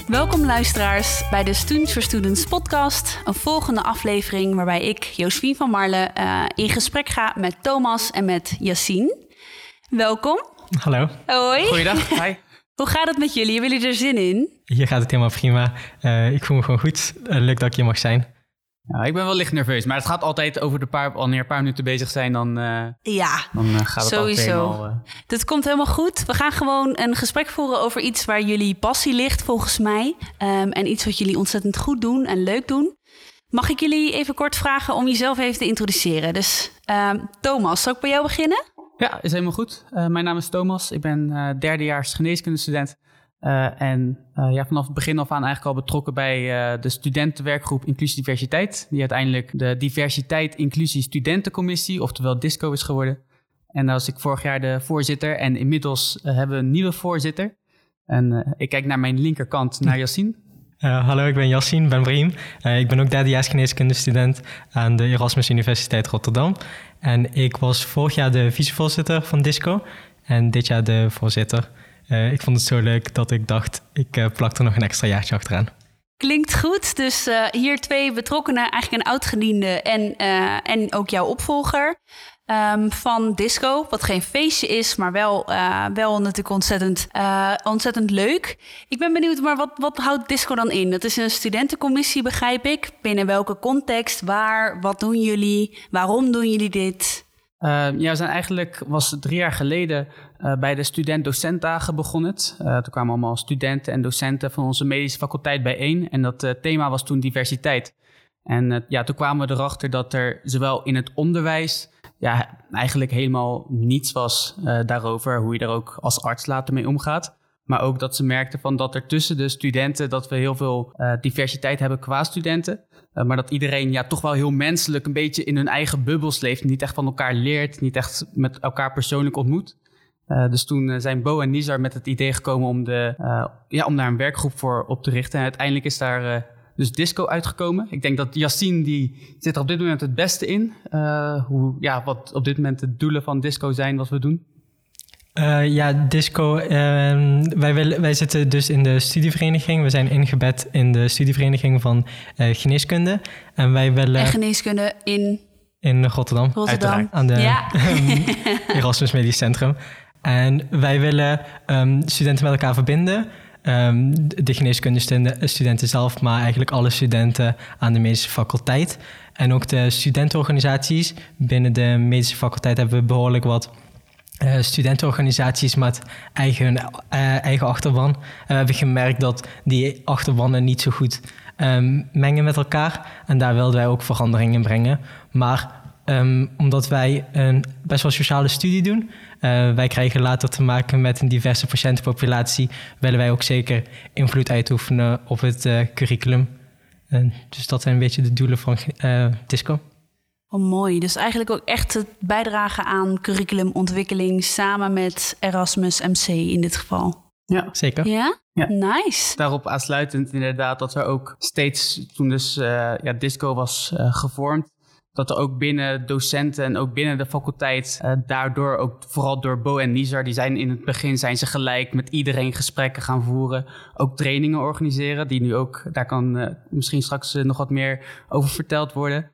Welkom luisteraars bij de Students for Students podcast. Een volgende aflevering waarbij ik, Josephine van Marle, in gesprek ga met Thomas en met Yassine. Welkom. Hallo. Hoi. Goeiedag. Hi. Hoe gaat het met jullie? Hebben jullie er zin in? Hier gaat het helemaal prima. Ik voel me gewoon goed. Leuk dat ik hier mag zijn. Ja, ik ben wel licht nerveus, maar het gaat altijd over wanneer een paar minuten bezig zijn, dan gaat het sowieso. altijd helemaal... Dit komt helemaal goed. We gaan gewoon een gesprek voeren over iets waar jullie passie ligt, volgens mij. En iets wat jullie ontzettend goed doen en leuk doen. Mag ik jullie even kort vragen om jezelf even te introduceren? Dus Thomas, zal ik bij jou beginnen? Ja, is helemaal goed. Mijn naam is Thomas. Ik ben derdejaars geneeskundestudent. Vanaf het begin af aan eigenlijk al betrokken bij de studentenwerkgroep Inclusie Diversiteit. Die uiteindelijk de Diversiteit Inclusie Studentencommissie, oftewel DISCO, is geworden. En daar was ik vorig jaar de voorzitter en inmiddels hebben we een nieuwe voorzitter. En ik kijk naar mijn linkerkant, naar Yassine. Hallo, ik ben Yassine Ben Brahim. Ik ben ook derdejaars geneeskundestudent aan de Erasmus Universiteit Rotterdam. En ik was vorig jaar de vicevoorzitter van DISCO en dit jaar de voorzitter. Ik vond het zo leuk dat ik dacht, ik plak er nog een extra jaartje achteraan. Klinkt goed. Dus hier twee betrokkenen, eigenlijk een oud-gediende en ook jouw opvolger van DISCO. Wat geen feestje is, maar wel natuurlijk ontzettend leuk. Ik ben benieuwd, maar wat houdt DISCO dan in? Dat is een studentencommissie, begrijp ik. Binnen welke context, waar, wat doen jullie? Waarom doen jullie dit? We zijn eigenlijk, was 3 jaar geleden bij de student-docentdagen begonnen. Toen kwamen allemaal studenten en docenten van onze medische faculteit bijeen. En dat thema was toen diversiteit. En toen kwamen we erachter dat er zowel in het onderwijs eigenlijk helemaal niets was daarover. Hoe je er ook als arts later mee omgaat. Maar ook dat ze merkten van dat er tussen de studenten dat we heel veel diversiteit hebben qua studenten. Maar dat iedereen toch wel heel menselijk een beetje in hun eigen bubbels leeft. Niet echt van elkaar leert, niet echt met elkaar persoonlijk ontmoet. Dus toen zijn Bo en Nizar met het idee gekomen om daar een werkgroep voor op te richten. En uiteindelijk is daar dus DISCO uitgekomen. Ik denk dat Yassine, die zit er op dit moment het beste in. Wat op dit moment de doelen van DISCO zijn, wat we doen. DISCO, wij zitten dus in de studievereniging. We zijn ingebed in de studievereniging van geneeskunde. En wij willen... En geneeskunde in Rotterdam. Aan de Erasmus Medisch Centrum. En wij willen studenten met elkaar verbinden. De geneeskundestudenten zelf, maar eigenlijk alle studenten aan de medische faculteit. En ook de studentenorganisaties. Binnen de medische faculteit hebben we behoorlijk wat studentenorganisaties met eigen achterban. We hebben gemerkt dat die achterbannen niet zo goed mengen met elkaar. En daar wilden wij ook verandering in brengen. Maar omdat wij een best wel sociale studie doen, wij krijgen later te maken met een diverse patiëntenpopulatie, willen wij ook zeker invloed uitoefenen op het curriculum. Dus dat zijn een beetje de doelen van DISCO. Oh, mooi. Dus eigenlijk ook echt het bijdragen aan curriculumontwikkeling samen met Erasmus MC in dit geval. Ja, zeker. Ja? Ja. Nice. Daarop aansluitend inderdaad dat er ook steeds, toen dus DISCO was gevormd, dat er ook binnen docenten en ook binnen de faculteit, daardoor ook vooral door Bo en Nizar, die zijn in het begin zijn ze gelijk met iedereen gesprekken gaan voeren, ook trainingen organiseren, die nu ook, daar kan misschien straks nog wat meer over verteld worden.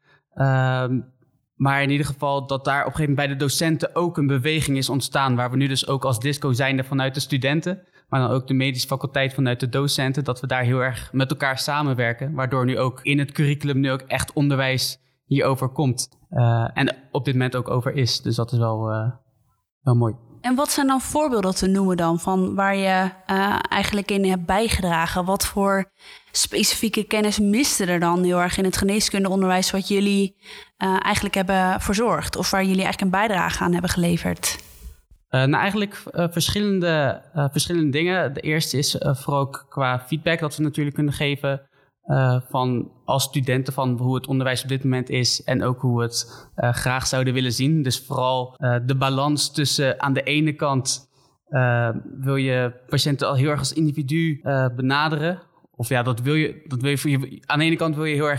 Maar in ieder geval dat daar op een gegeven moment bij de docenten ook een beweging is ontstaan, waar we nu dus ook als DISCO zijnde vanuit de studenten, maar dan ook de medische faculteit vanuit de docenten, dat we daar heel erg met elkaar samenwerken, waardoor nu ook in het curriculum nu ook echt onderwijs hierover komt. En op dit moment ook over is. Dus dat is wel mooi. En wat zijn dan voorbeelden te noemen dan van waar je eigenlijk in hebt bijgedragen? Wat voor specifieke kennis miste er dan heel erg in het geneeskundeonderwijs wat jullie eigenlijk hebben verzorgd? Of waar jullie eigenlijk een bijdrage aan hebben geleverd? Eigenlijk verschillende dingen. De eerste is vooral ook qua feedback dat we natuurlijk kunnen geven van als studenten van hoe het onderwijs op dit moment is en ook hoe we het graag zouden willen zien. Dus vooral de balans tussen aan de ene kant wil je patiënten al heel erg als individu benaderen. Of ja, dat wil je aan de ene kant wil je heel erg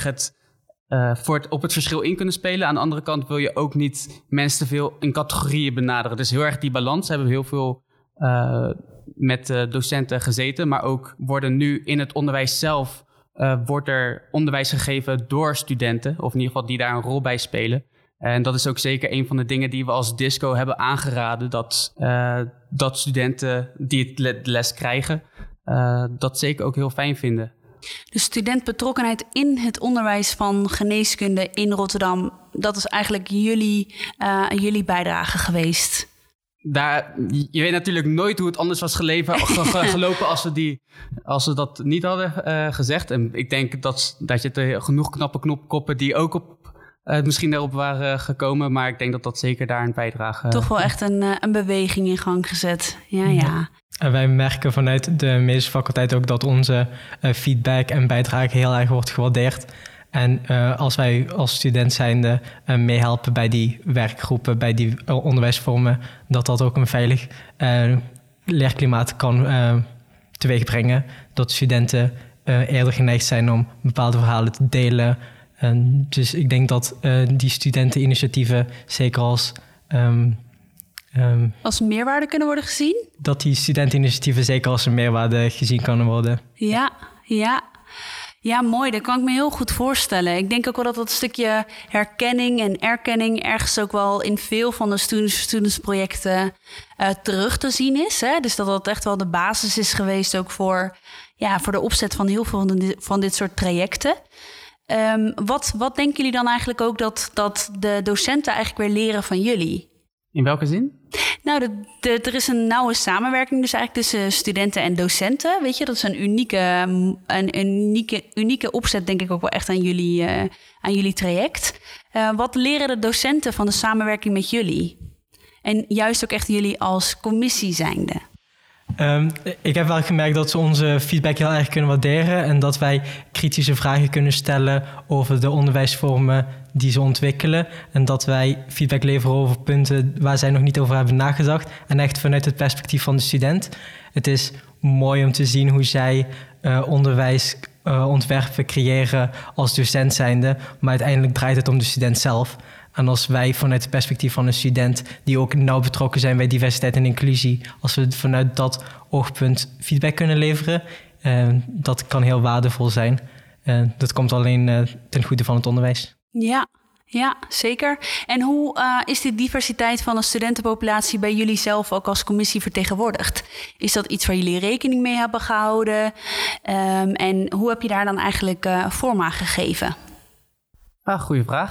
op het verschil in kunnen spelen. Aan de andere kant wil je ook niet mensen te veel in categorieën benaderen. Dus heel erg die balans hebben we heel veel met docenten gezeten, maar ook worden nu in het onderwijs zelf wordt er onderwijs gegeven door studenten, of in ieder geval die daar een rol bij spelen. En dat is ook zeker een van de dingen die we als DISCO hebben aangeraden, dat studenten die het les krijgen, dat zeker ook heel fijn vinden. De studentbetrokkenheid in het onderwijs van geneeskunde in Rotterdam, dat is eigenlijk jullie bijdrage geweest. Je weet natuurlijk nooit hoe het anders was gelopen als we dat niet hadden gezegd. En ik denk dat je er genoeg knappe knopkoppen die ook misschien daarop waren gekomen. Maar ik denk dat dat zeker daar een bijdrage... Toch wel echt een beweging in gang gezet. Ja. En wij merken vanuit de medische faculteit ook dat onze feedback en bijdrage heel erg wordt gewaardeerd. En als wij als student zijnde meehelpen bij die werkgroepen, bij die onderwijsvormen, dat ook een veilig leerklimaat kan teweegbrengen. Dat studenten eerder geneigd zijn om bepaalde verhalen te delen. Dus ik denk dat die studenteninitiatieven zeker als meerwaarde kunnen worden gezien? Dat die studenteninitiatieven zeker als een meerwaarde gezien kunnen worden. Ja, mooi. Dat kan ik me heel goed voorstellen. Ik denk ook wel dat stukje herkenning en erkenning ergens ook wel in veel van de studentsprojecten terug te zien is. Hè? Dus dat echt wel de basis is geweest ook voor de opzet van heel veel van dit soort trajecten. Wat denken jullie dan eigenlijk ook dat de docenten eigenlijk weer leren van jullie? In welke zin? Nou, er is een nauwe samenwerking dus eigenlijk tussen studenten en docenten. Weet je, dat is een unieke opzet, denk ik ook wel echt aan jullie traject. Wat leren de docenten van de samenwerking met jullie? En juist ook echt jullie als commissie zijnde. Ik heb wel gemerkt dat ze onze feedback heel erg kunnen waarderen en dat wij kritische vragen kunnen stellen over de onderwijsvormen die ze ontwikkelen en dat wij feedback leveren over punten waar zij nog niet over hebben nagedacht en echt vanuit het perspectief van de student. Het is mooi om te zien hoe zij onderwijsontwerpen creëren als docent zijnde, maar uiteindelijk draait het om de student zelf. En als wij vanuit het perspectief van een student die ook nauw betrokken zijn bij diversiteit en inclusie, als we vanuit dat oogpunt feedback kunnen leveren, dat kan heel waardevol zijn. Dat komt alleen ten goede van het onderwijs. Ja, zeker. En hoe is die diversiteit van de studentenpopulatie bij jullie zelf ook als commissie vertegenwoordigd? Is dat iets waar jullie rekening mee hebben gehouden? En hoe heb je daar dan eigenlijk vorm aan gegeven? Goeie vraag.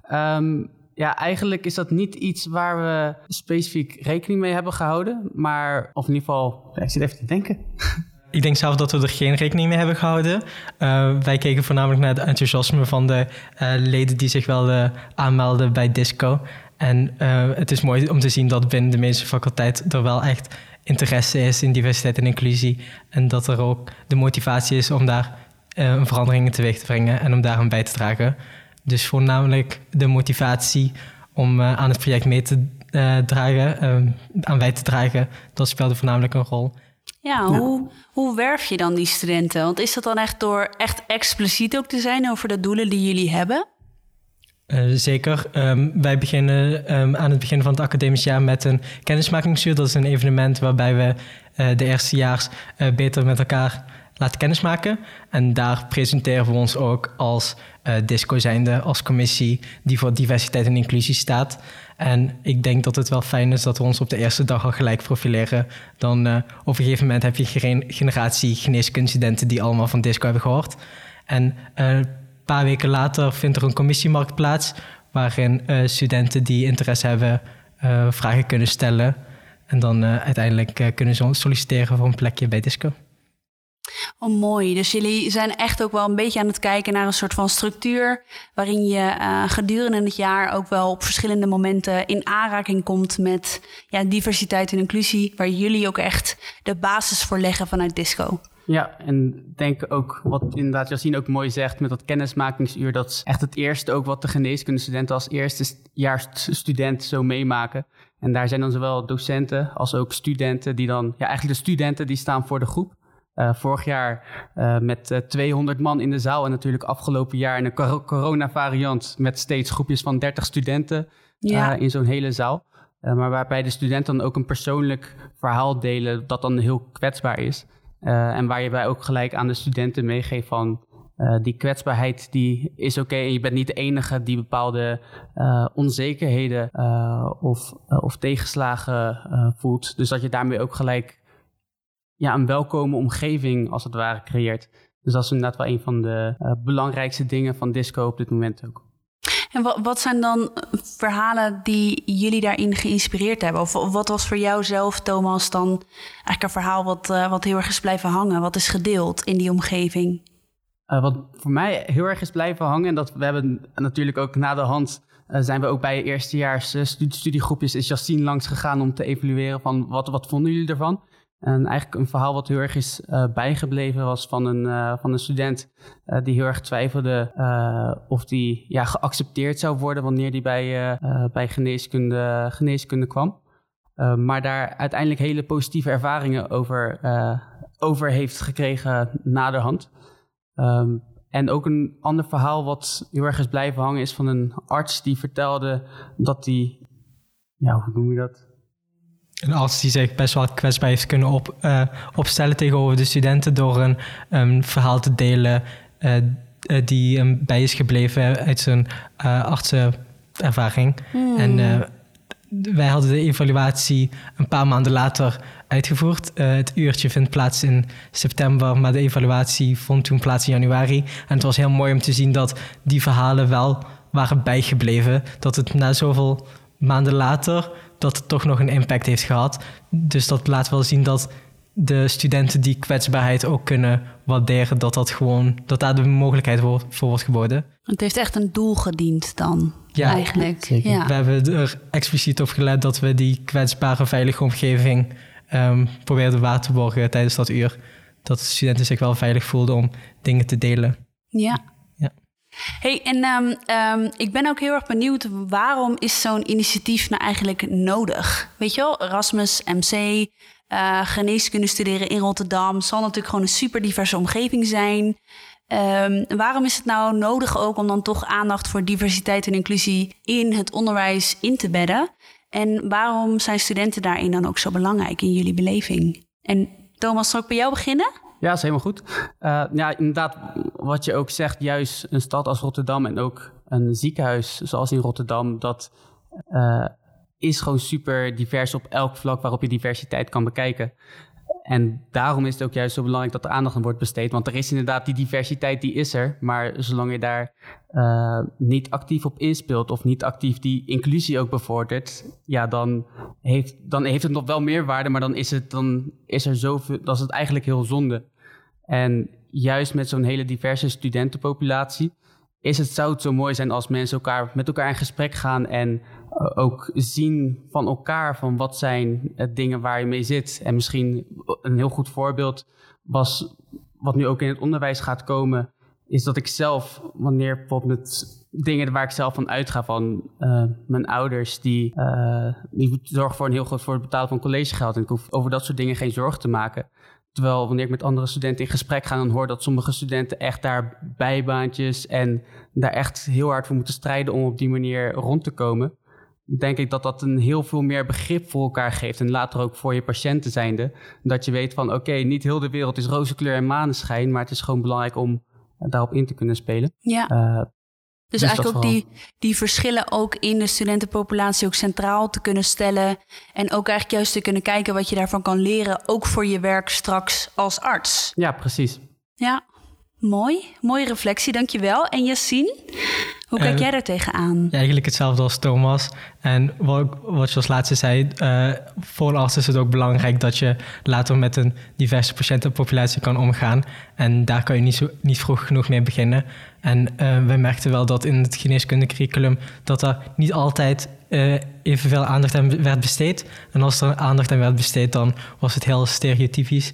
Eigenlijk is dat niet iets waar we specifiek rekening mee hebben gehouden. Maar, of in ieder geval, ik zit even te denken. Ik denk zelf dat we er geen rekening mee hebben gehouden. Wij keken voornamelijk naar het enthousiasme van de leden die zich wel aanmelden bij DISCO. En het is mooi om te zien dat binnen de medische faculteit er wel echt interesse is in diversiteit en inclusie. En dat er ook de motivatie is om daar een verandering teweeg te brengen en om daaraan bij te dragen. Dus voornamelijk de motivatie om aan het project mee te dragen, aan bij te dragen, dat speelde voornamelijk een rol. Ja, hoe werf je dan die studenten? Want is dat dan echt door echt expliciet ook te zijn over de doelen die jullie hebben? Zeker. Wij beginnen aan het begin van het academisch jaar met een kennismakingsuur. Dat is een evenement waarbij we de eerstejaars beter met elkaar laten kennismaken. En daar presenteren we ons ook als DISCO zijnde, als commissie die voor diversiteit en inclusie staat. En ik denk dat het wel fijn is dat we ons op de eerste dag al gelijk profileren. Dan op een gegeven moment heb je geen generatie geneeskundestudenten die allemaal van DISCO hebben gehoord. En een paar weken later vindt er een commissiemarkt plaats waarin studenten die interesse hebben vragen kunnen stellen. En dan uiteindelijk kunnen ze solliciteren voor een plekje bij DISCO. Oh, mooi. Dus jullie zijn echt ook wel een beetje aan het kijken naar een soort van structuur waarin je gedurende het jaar ook wel op verschillende momenten in aanraking komt met diversiteit en inclusie, waar jullie ook echt de basis voor leggen vanuit DISCO. Ja, en denk ook wat inderdaad Yassine ook mooi zegt met dat kennismakingsuur, dat is echt het eerste ook wat de geneeskundestudenten als eerstejaarsstudent zo meemaken. En daar zijn dan zowel docenten als ook studenten die dan, eigenlijk de studenten die staan voor de groep. Vorig jaar met 200 man in de zaal en natuurlijk afgelopen jaar in een coronavariant met steeds groepjes van 30 studenten in zo'n hele zaal. maar waarbij de studenten dan ook een persoonlijk verhaal delen dat dan heel kwetsbaar is. En waar je bij ook gelijk aan de studenten meegeeft van die kwetsbaarheid die is oké. En je bent niet de enige die bepaalde onzekerheden of tegenslagen voelt. Dus dat je daarmee ook gelijk een welkome omgeving als het ware creëert. Dus dat is inderdaad wel een van de belangrijkste dingen van Disco op dit moment ook. En wat zijn dan verhalen die jullie daarin geïnspireerd hebben? Of wat was voor jou zelf, Thomas, dan eigenlijk een verhaal wat heel erg is blijven hangen? Wat is gedeeld in die omgeving? Wat voor mij heel erg is blijven hangen, en dat we hebben natuurlijk ook na de hand zijn we ook bij eerstejaars studiegroepjes, is Yassine langs gegaan om te evalueren van wat vonden jullie ervan? En eigenlijk een verhaal wat heel erg is bijgebleven was van een student die heel erg twijfelde of die geaccepteerd zou worden wanneer die bij geneeskunde kwam. Maar daar uiteindelijk hele positieve ervaringen over heeft gekregen naderhand. En ook een ander verhaal wat heel erg is blijven hangen is van een arts die vertelde dat hij, hoe noem je dat? Een arts die zich best wel kwetsbaar heeft kunnen opstellen tegenover de studenten door een verhaal te delen die hem bij is gebleven uit zijn artsenervaring. En wij hadden de evaluatie een paar maanden later uitgevoerd. Het uurtje vindt plaats in september, maar de evaluatie vond toen plaats in januari. En het was heel mooi om te zien dat die verhalen wel waren bijgebleven. Dat het na zoveel maanden later, dat het toch nog een impact heeft gehad. Dus dat laat wel zien dat de studenten die kwetsbaarheid ook kunnen waarderen, dat daar de mogelijkheid voor wordt geboden. Het heeft echt een doel gediend dan, eigenlijk. Zeker. Ja. We hebben er expliciet op gelet dat we die kwetsbare, veilige omgeving probeerden waar te borgen tijdens dat uur. Dat de studenten zich wel veilig voelden om dingen te delen. Ja. Hey, en ik ben ook heel erg benieuwd, waarom is zo'n initiatief nou eigenlijk nodig? Weet je wel, Erasmus, MC, geneeskunde studeren in Rotterdam zal natuurlijk gewoon een super diverse omgeving zijn. Waarom is het nou nodig ook om dan toch aandacht voor diversiteit en inclusie in het onderwijs in te bedden? En waarom zijn studenten daarin dan ook zo belangrijk in jullie beleving? En Thomas, zal ik bij jou beginnen? Ja, dat is helemaal goed. Inderdaad, wat je ook zegt, juist een stad als Rotterdam en ook een ziekenhuis zoals in Rotterdam, dat is gewoon super divers op elk vlak waarop je diversiteit kan bekijken. En daarom is het ook juist zo belangrijk dat er aandacht aan wordt besteed. Want er is inderdaad die diversiteit, die is er. Maar zolang je daar niet actief op inspeelt of niet actief die inclusie ook bevordert, dan heeft het nog wel meer waarde, maar dan is er zoveel, dat is het eigenlijk heel zonde. En juist met zo'n hele diverse studentenpopulatie zou het zo mooi zijn als mensen met elkaar in gesprek gaan en ook zien van elkaar van wat zijn dingen waar je mee zit. En misschien een heel goed voorbeeld was, wat nu ook in het onderwijs gaat komen, is dat ik zelf, wanneer bijvoorbeeld met dingen waar ik zelf van uitga, van mijn ouders, die zorgen voor een heel groot voor het betalen van collegegeld. En ik hoef over dat soort dingen geen zorgen te maken. Terwijl wanneer ik met andere studenten in gesprek ga, dan hoor dat sommige studenten echt daar bijbaantjes en daar echt heel hard voor moeten strijden om op die manier rond te komen. Denk ik dat een heel veel meer begrip voor elkaar geeft. En later ook voor je patiënten zijnde. Dat je weet van oké, niet heel de wereld is roze kleur en maneschijn, maar het is gewoon belangrijk om daarop in te kunnen spelen. Ja. Dus eigenlijk ook die verschillen ook in de studentenpopulatie ook centraal te kunnen stellen. En ook eigenlijk juist te kunnen kijken wat je daarvan kan leren. Ook voor je werk straks als arts. Ja, precies. Ja, mooi. Mooie reflectie, dankjewel. En Yassine, hoe kijk jij er tegenaan? Ja, eigenlijk hetzelfde als Thomas. En wat je als laatste zei, voor een arts is het ook belangrijk dat je later met een diverse patiëntenpopulatie kan omgaan. En daar kan je niet vroeg genoeg mee beginnen. En wij merkten wel dat in het geneeskundecurriculum dat er niet altijd evenveel aandacht aan werd besteed. En als er aandacht aan werd besteed, dan was het heel stereotypisch.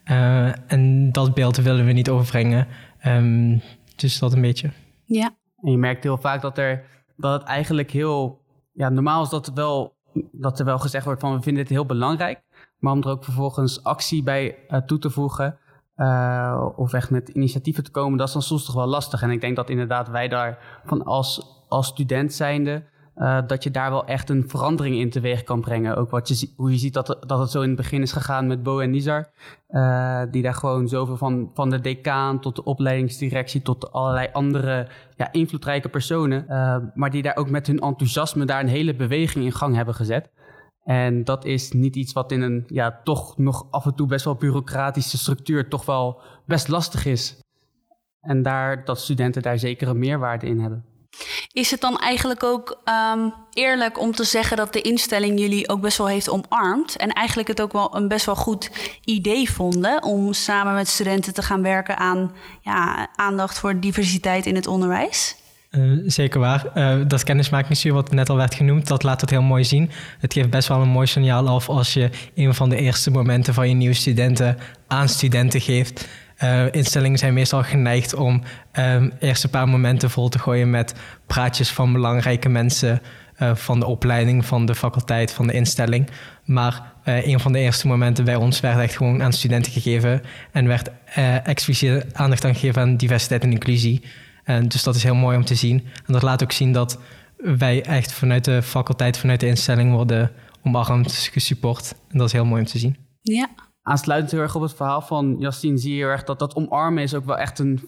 En dat beeld willen we niet overbrengen. Dus dat een beetje. Ja. En je merkt heel vaak dat het eigenlijk heel... Ja, normaal is dat er wel gezegd wordt van we vinden het heel belangrijk. Maar om er ook vervolgens actie bij toe te voegen of echt met initiatieven te komen, dat is dan soms toch wel lastig. En ik denk dat inderdaad wij daar van als student zijnde dat je daar wel echt een verandering in teweeg kan brengen. Ook hoe je ziet dat het zo in het begin is gegaan met Bo en Nizar. Die daar gewoon zoveel van de decaan tot de opleidingsdirectie tot allerlei andere invloedrijke personen. Maar die daar ook met hun enthousiasme daar een hele beweging in gang hebben gezet. En dat is niet iets wat in een toch nog af en toe best wel bureaucratische structuur toch wel best lastig is. En dat studenten daar zeker een meerwaarde in hebben. Is het dan eigenlijk ook eerlijk om te zeggen dat de instelling jullie ook best wel heeft omarmd en eigenlijk het ook wel een best wel goed idee vonden om samen met studenten te gaan werken aan aandacht voor diversiteit in het onderwijs? Zeker waar. Dat kennismakingsuur wat net al werd genoemd, dat laat het heel mooi zien. Het geeft best wel een mooi signaal af als je een van de eerste momenten van je nieuwe studenten aan studenten geeft. Instellingen zijn meestal geneigd om eerst een paar momenten vol te gooien met praatjes van belangrijke mensen van de opleiding, van de faculteit, van de instelling. Maar een van de eerste momenten bij ons werd echt gewoon aan studenten gegeven en werd expliciet aandacht aan gegeven aan diversiteit en inclusie. Dus dat is heel mooi om te zien. En dat laat ook zien dat wij echt vanuit de faculteit, vanuit de instelling worden omarmd, gesupport. En dat is heel mooi om te zien. Ja. Aansluitend heel erg op het verhaal van Yassine zie je heel erg dat omarmen is ook wel echt een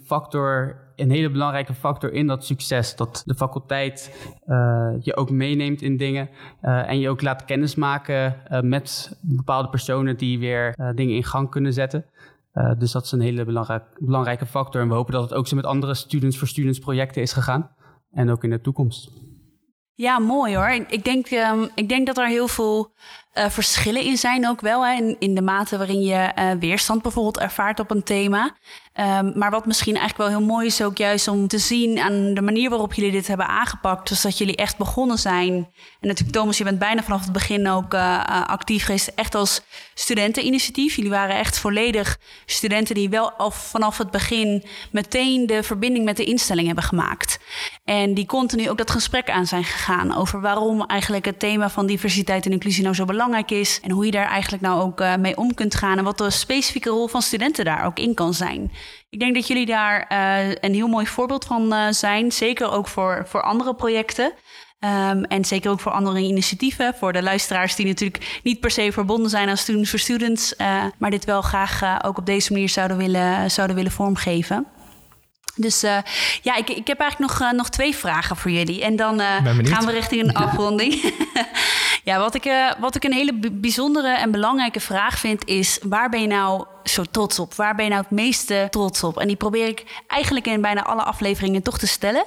hele belangrijke factor in dat succes. Dat de faculteit je ook meeneemt in dingen en je ook laat kennismaken met bepaalde personen die weer dingen in gang kunnen zetten. Dus dat is een hele belangrijke factor. En we hopen dat het ook zo met andere Students for Students projecten is gegaan. En ook in de toekomst. Ja, mooi hoor. Ik denk dat er heel veel verschillen in zijn ook wel. Hè, in de mate waarin je weerstand bijvoorbeeld ervaart op een thema. Maar wat misschien eigenlijk wel heel mooi is ook juist om te zien aan de manier waarop jullie dit hebben aangepakt. Dus dat jullie echt begonnen zijn. En natuurlijk Thomas, je bent bijna vanaf het begin ook actief geweest. Echt als studenteninitiatief. Jullie waren echt volledig studenten die wel al vanaf het begin meteen de verbinding met de instelling hebben gemaakt. En die continu ook dat gesprek aan zijn gegaan over waarom eigenlijk het thema van diversiteit en inclusie nou zo belangrijk is. En hoe je daar eigenlijk nou ook mee om kunt gaan. En wat de specifieke rol van studenten daar ook in kan zijn. Ik denk dat jullie daar een heel mooi voorbeeld van zijn. Zeker ook voor andere projecten. En zeker ook voor andere initiatieven. Voor de luisteraars die natuurlijk niet per se verbonden zijn aan Students for Students. Maar dit wel graag ook op deze manier zouden willen vormgeven. Dus ik heb eigenlijk nog 2 vragen voor jullie. En dan gaan we richting een afronding. Ja, wat ik een hele bijzondere en belangrijke vraag vind is, waar ben je nou zo trots op? Waar ben je nou het meeste trots op? En die probeer ik eigenlijk in bijna alle afleveringen toch te stellen.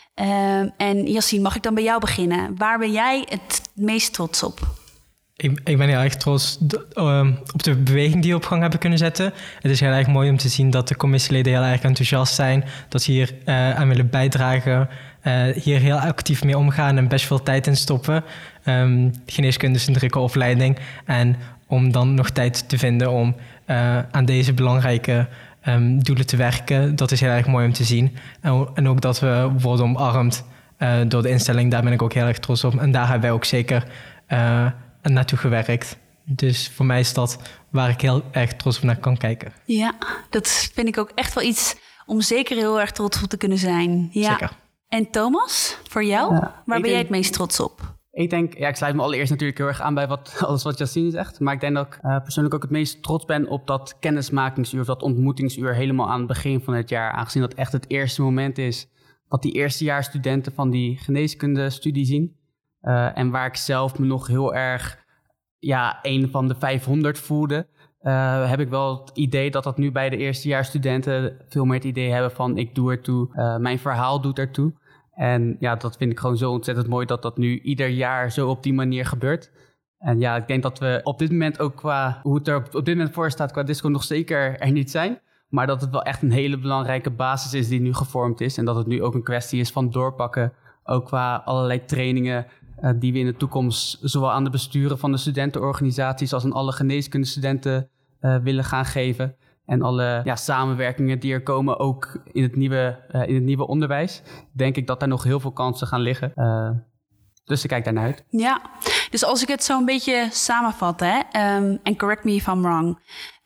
En Yassine, mag ik dan bij jou beginnen? Waar ben jij het meest trots op? Ik ben heel erg trots op de beweging die we op gang hebben kunnen zetten. Het is heel erg mooi om te zien dat de commissieleden heel erg enthousiast zijn. Dat ze hier aan willen bijdragen. Hier heel actief mee omgaan en best veel tijd in stoppen. Geneeskunde is een drukke opleiding. En om dan nog tijd te vinden om aan deze belangrijke doelen te werken, dat is heel erg mooi om te zien. En ook dat we worden omarmd door de instelling, daar ben ik ook heel erg trots op. En daar hebben wij ook zeker naartoe gewerkt. Dus voor mij is dat waar ik heel erg trots op naar kan kijken. Ja, dat vind ik ook echt wel iets om zeker heel erg trots op te kunnen zijn. Ja. Zeker. En Thomas, voor jou, waar ben jij het meest trots op? Ik denk, ik sluit me allereerst natuurlijk heel erg aan bij alles wat Yassine zegt. Maar ik denk dat ik persoonlijk ook het meest trots ben op dat kennismakingsuur, of dat ontmoetingsuur helemaal aan het begin van het jaar. Aangezien dat echt het eerste moment is wat die eerstejaarsstudenten van die geneeskundestudie zien. En waar ik zelf me nog heel erg een van de 500 voelde. Heb ik wel het idee dat nu bij de eerstejaarsstudenten veel meer het idee hebben van ik doe ertoe, mijn verhaal doet ertoe. En dat vind ik gewoon zo ontzettend mooi dat nu ieder jaar zo op die manier gebeurt. En ik denk dat we op dit moment ook qua hoe het er op dit moment voor staat qua Disco nog zeker er niet zijn. Maar dat het wel echt een hele belangrijke basis is die nu gevormd is. En dat het nu ook een kwestie is van doorpakken. Ook qua allerlei trainingen die we in de toekomst zowel aan de besturen van de studentenorganisaties als aan alle geneeskundestudenten willen gaan geven. En alle samenwerkingen die er komen, ook in het nieuwe onderwijs. Denk ik dat daar nog heel veel kansen gaan liggen. Dus ik kijk daarnaar uit. Ja, Dus als ik het zo een beetje samenvat, en correct me if I'm wrong.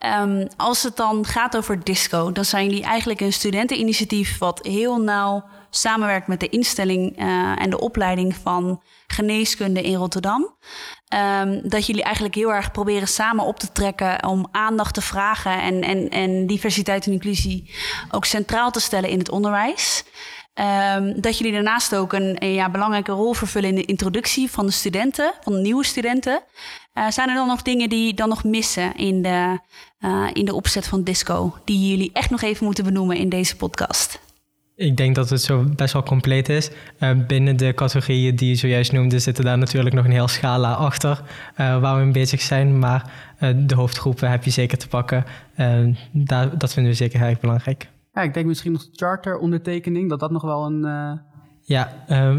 Als het dan gaat over DISCO, dan zijn jullie eigenlijk een studenteninitiatief wat heel nauw samenwerkt met de instelling en de opleiding van geneeskunde in Rotterdam. Dat jullie eigenlijk heel erg proberen samen op te trekken om aandacht te vragen en diversiteit en inclusie ook centraal te stellen in het onderwijs. Dat jullie daarnaast ook een belangrijke rol vervullen in de introductie van de studenten, van de nieuwe studenten. Zijn er dan nog dingen die dan nog missen in de opzet van DISCO, die jullie echt nog even moeten benoemen in deze podcast? Ik denk dat het zo best wel compleet is. Binnen de categorieën die je zojuist noemde zitten daar natuurlijk nog een heel scala achter waar we mee bezig zijn. Maar de hoofdgroepen heb je zeker te pakken. Dat vinden we zeker heel erg belangrijk. Ja, ik denk misschien nog de charterondertekening, dat nog wel een... Ja,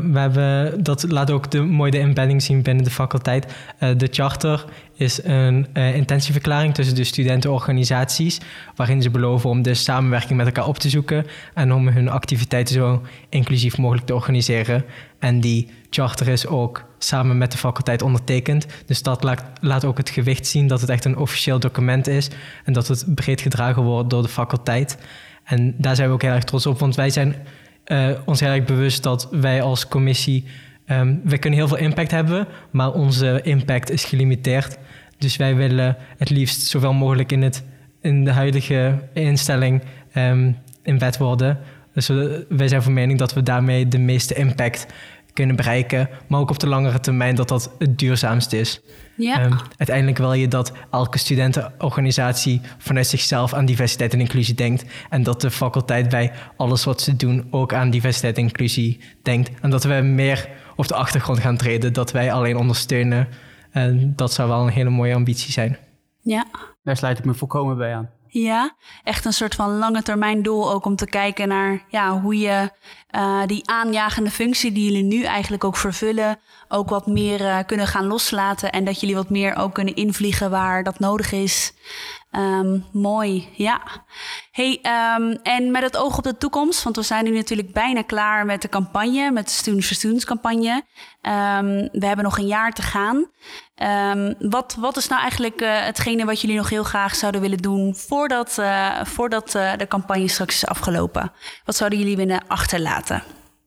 dat laat ook de embedding zien binnen de faculteit. De charter is een intentieverklaring tussen de studentenorganisaties, waarin ze beloven om de samenwerking met elkaar op te zoeken en om hun activiteiten zo inclusief mogelijk te organiseren. En die charter is ook samen met de faculteit ondertekend. Dus dat laat ook het gewicht zien dat het echt een officieel document is en dat het breed gedragen wordt door de faculteit. En daar zijn we ook heel erg trots op, want wij zijn ons heel erg bewust dat wij als commissie, we kunnen heel veel impact hebben, maar onze impact is gelimiteerd. Dus wij willen het liefst zoveel mogelijk in de huidige instelling in wet worden. Dus wij zijn van mening dat we daarmee de meeste impact kunnen bereiken, maar ook op de langere termijn dat het duurzaamst is. Ja. Uiteindelijk wil je dat elke studentenorganisatie vanuit zichzelf aan diversiteit en inclusie denkt en dat de faculteit bij alles wat ze doen ook aan diversiteit en inclusie denkt. En dat we meer op de achtergrond gaan treden, dat wij alleen ondersteunen. En dat zou wel een hele mooie ambitie zijn. Ja. Daar sluit ik me volkomen bij aan. Ja, echt een soort van lange termijn doel ook om te kijken naar hoe je die aanjagende functie die jullie nu eigenlijk ook vervullen, ook wat meer kunnen gaan loslaten en dat jullie wat meer ook kunnen invliegen waar dat nodig is. Mooi, ja. Hey, en met het oog op de toekomst, want we zijn nu natuurlijk bijna klaar met de campagne, met de Students for Students campagne. We hebben nog een jaar te gaan. Wat is nou eigenlijk hetgene wat jullie nog heel graag zouden willen doen voordat de campagne straks is afgelopen? Wat zouden jullie willen achterlaten?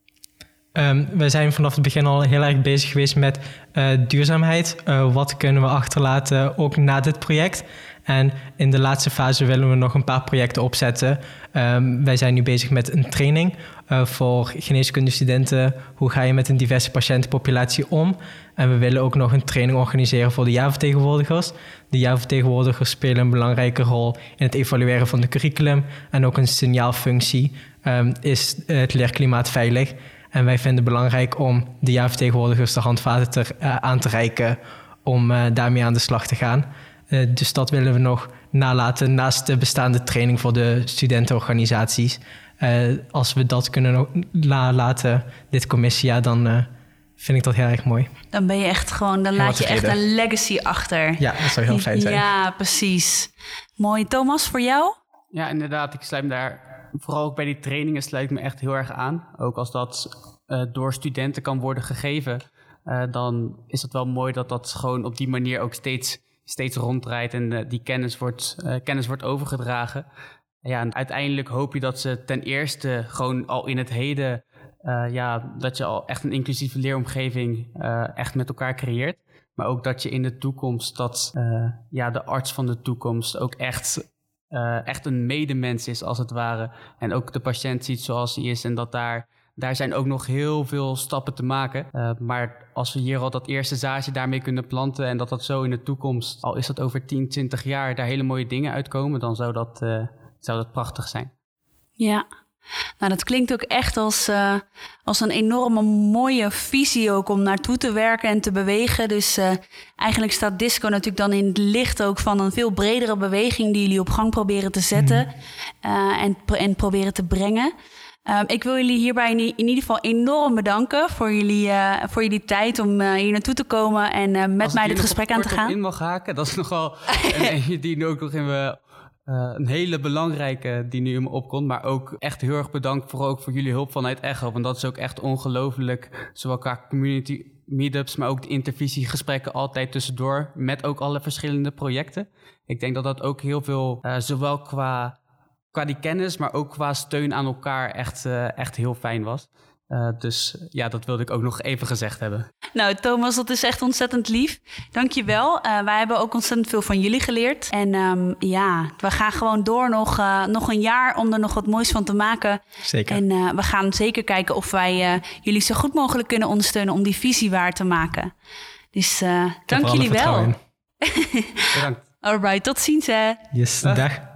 We zijn vanaf het begin al heel erg bezig geweest met duurzaamheid. Wat kunnen we achterlaten ook na dit project? En in de laatste fase willen we nog een paar projecten opzetten. Wij zijn nu bezig met een training voor geneeskundestudenten. Hoe ga je met een diverse patiëntenpopulatie om? En we willen ook nog een training organiseren voor de jaarvertegenwoordigers. De jaarvertegenwoordigers spelen een belangrijke rol in het evalueren van de curriculum. En ook een signaalfunctie is het leerklimaat veilig. En wij vinden het belangrijk om de jaarvertegenwoordigers de handvaten aan te reiken om daarmee aan de slag te gaan. Dus dat willen we nog nalaten naast de bestaande training voor de studentenorganisaties. Als we dat kunnen nalaten, dit commissiejaar, dan vind ik dat heel erg mooi. Dan ben je echt gewoon, dan laat je echt een legacy achter. Ja, dat zou heel fijn zijn. Ja, precies. Mooi. Thomas, voor jou? Ja, inderdaad. Ik sluit me daar, vooral ook bij die trainingen, sluit ik me echt heel erg aan. Ook als dat door studenten kan worden gegeven, dan is het wel mooi dat dat gewoon op die manier ook steeds ronddraait en die kennis wordt overgedragen. Ja, en uiteindelijk hoop je dat ze ten eerste gewoon al in het heden, dat je al echt een inclusieve leeromgeving echt met elkaar creëert. Maar ook dat je in de toekomst, dat de arts van de toekomst ook echt een medemens is als het ware. En ook de patiënt ziet zoals hij is en dat daar zijn ook nog heel veel stappen te maken. Maar als we hier al dat eerste zaadje daarmee kunnen planten en dat zo in de toekomst, al is dat over 10, 20 jaar, daar hele mooie dingen uitkomen, dan zou dat prachtig zijn. Ja, nou dat klinkt ook echt als een enorme mooie visie ook om naartoe te werken en te bewegen. Dus eigenlijk staat DISCO natuurlijk dan in het licht ook van een veel bredere beweging die jullie op gang proberen te zetten en proberen te brengen. Ik wil jullie hierbij in ieder geval enorm bedanken voor jullie tijd om hier naartoe te komen en met mij dit gesprek aan te gaan. Als ik in mag haken, dat is nogal die nu ook nog een hele belangrijke die nu in me opkomt. Maar ook echt heel erg bedankt voor jullie hulp vanuit Echo. Want dat is ook echt ongelooflijk, zowel qua meetups, maar ook de intervisiegesprekken altijd tussendoor met ook alle verschillende projecten. Ik denk dat dat ook heel veel, zowel qua die kennis, maar ook qua steun aan elkaar echt heel fijn was. Dus ja, dat wilde ik ook nog even gezegd hebben. Nou, Thomas, dat is echt ontzettend lief. Dank je wel. Wij hebben ook ontzettend veel van jullie geleerd. En we gaan gewoon door nog een jaar om er nog wat moois van te maken. Zeker. En we gaan zeker kijken of wij jullie zo goed mogelijk kunnen ondersteunen om die visie waar te maken. Dus dank jullie wel. Bedankt. Alright, tot ziens hè. Yes, dag.